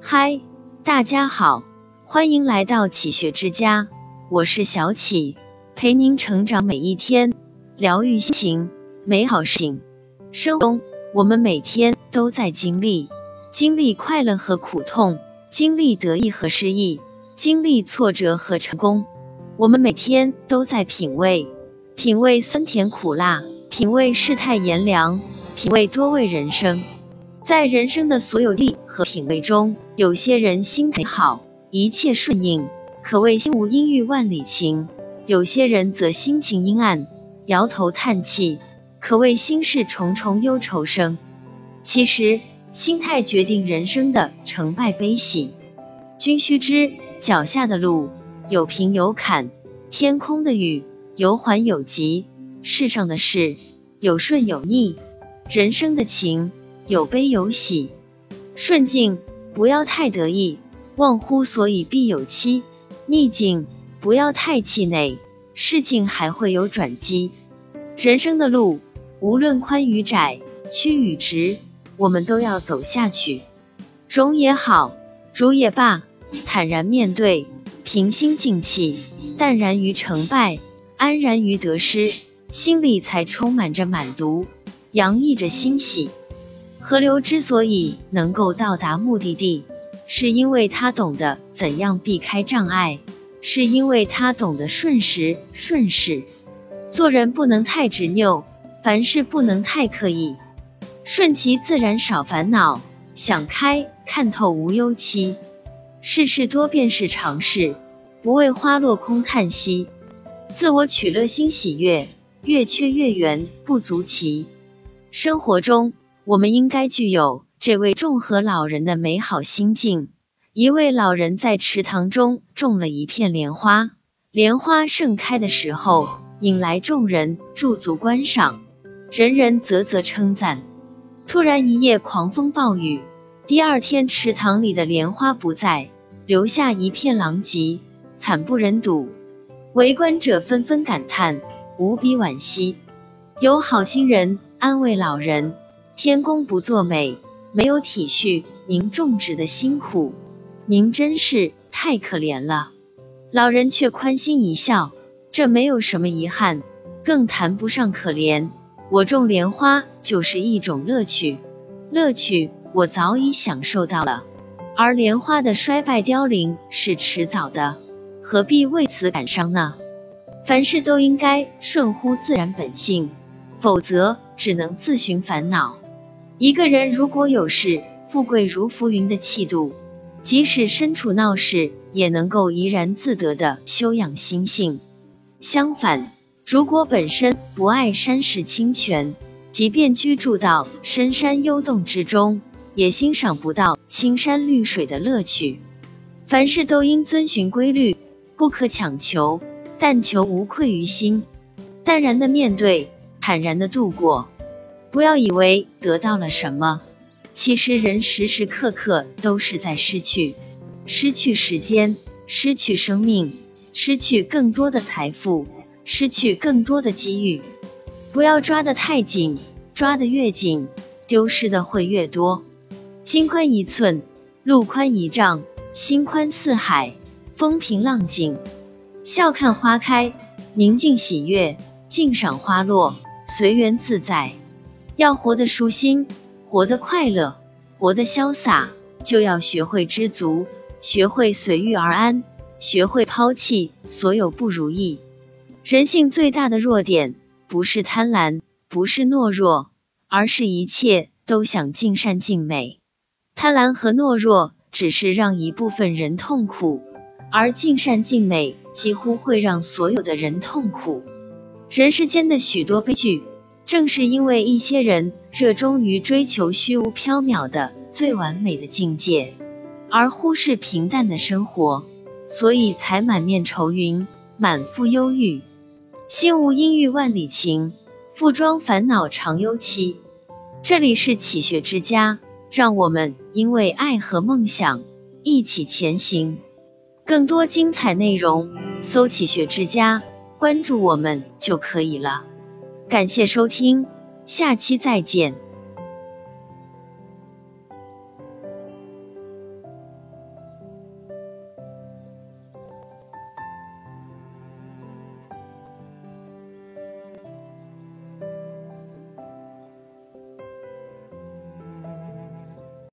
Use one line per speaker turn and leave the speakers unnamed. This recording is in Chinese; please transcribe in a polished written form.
嗨，大家好，欢迎来到启学之家，我是小启，陪您成长每一天，疗愈心情，美好事情。生活中，我们每天都在经历快乐和苦痛，经历得意和失意，经历挫折和成功。我们每天都在品味酸甜苦辣，品味世态炎凉，品味多味人生。在人生的所有经历和品味中，有些人心态好，一切顺应，可谓心无阴郁万里晴；有些人则心情阴暗，摇头叹气，可谓心事重重忧愁生。其实，心态决定人生的成败悲喜。君须知，脚下的路有平有坎，天空的雨有缓有急，世上的事有顺有逆，人生的情有悲有喜。顺境不要太得意，忘乎所以必有期；逆境不要太气馁，事情还会有转机。人生的路无论宽与窄，曲与直，我们都要走下去。荣也好，辱也罢，坦然面对，平心静气，淡然于成败，安然于得失，心里才充满着满足，洋溢着欣喜。河流之所以能够到达目的地，是因为它懂得怎样避开障碍，是因为它懂得顺时顺势。做人不能太执拗，凡事不能太刻意，顺其自然少烦恼，想开看透无忧期。世事多变是常事，不为花落空叹息。自我取乐心喜悦，月缺月圆不足奇。生活中，我们应该具有这位众和老人的美好心境。一位老人在池塘中种了一片莲花，莲花盛开的时候，引来众人驻足观赏，人人啧啧称赞。突然一夜狂风暴雨，第二天池塘里的莲花不在，留下一片狼藉，惨不忍睹。围观者纷纷感叹，无比惋惜。有好心人安慰老人，天公不作美，没有体恤您种植的辛苦，您真是太可怜了。老人却宽心一笑，这没有什么遗憾，更谈不上可怜。我种莲花就是一种乐趣，乐趣我早已享受到了，而莲花的衰败凋零是迟早的，何必为此感伤呢？凡事都应该顺乎自然本性，否则只能自寻烦恼。一个人如果有是富贵如浮云的气度，即使身处闹市，也能够怡然自得地修养心性。相反，如果本身不爱山石清泉，即便居住到深山幽洞之中，也欣赏不到青山绿水的乐趣。凡事都应遵循规律，不可强求，但求无愧于心，淡然地面对，坦然地度过。不要以为得到了什么，其实人时时刻刻都是在失去，失去时间，失去生命，失去更多的财富，失去更多的机遇。不要抓得太紧，抓得越紧，丢失的会越多。心宽一寸，路宽一丈，心宽似海，风平浪静。笑看花开，宁静喜悦，静赏花落，随缘自在。要活得舒心，活得快乐，活得潇洒，就要学会知足，学会随遇而安，学会抛弃所有不如意。人性最大的弱点，不是贪婪，不是懦弱，而是一切都想尽善尽美。贪婪和懦弱只是让一部分人痛苦，而尽善尽美几乎会让所有的人痛苦。人世间的许多悲剧，正是因为一些人热衷于追求虚无缥缈的最完美的境界，而忽视平淡的生活，所以才满面愁云，满腹忧郁。心无阴郁万里晴，腹装烦恼常忧戚。这里是启学之家，让我们因为爱和梦想一起前行。更多精彩内容，搜启学之家，关注我们就可以了。感谢收听，下期再见。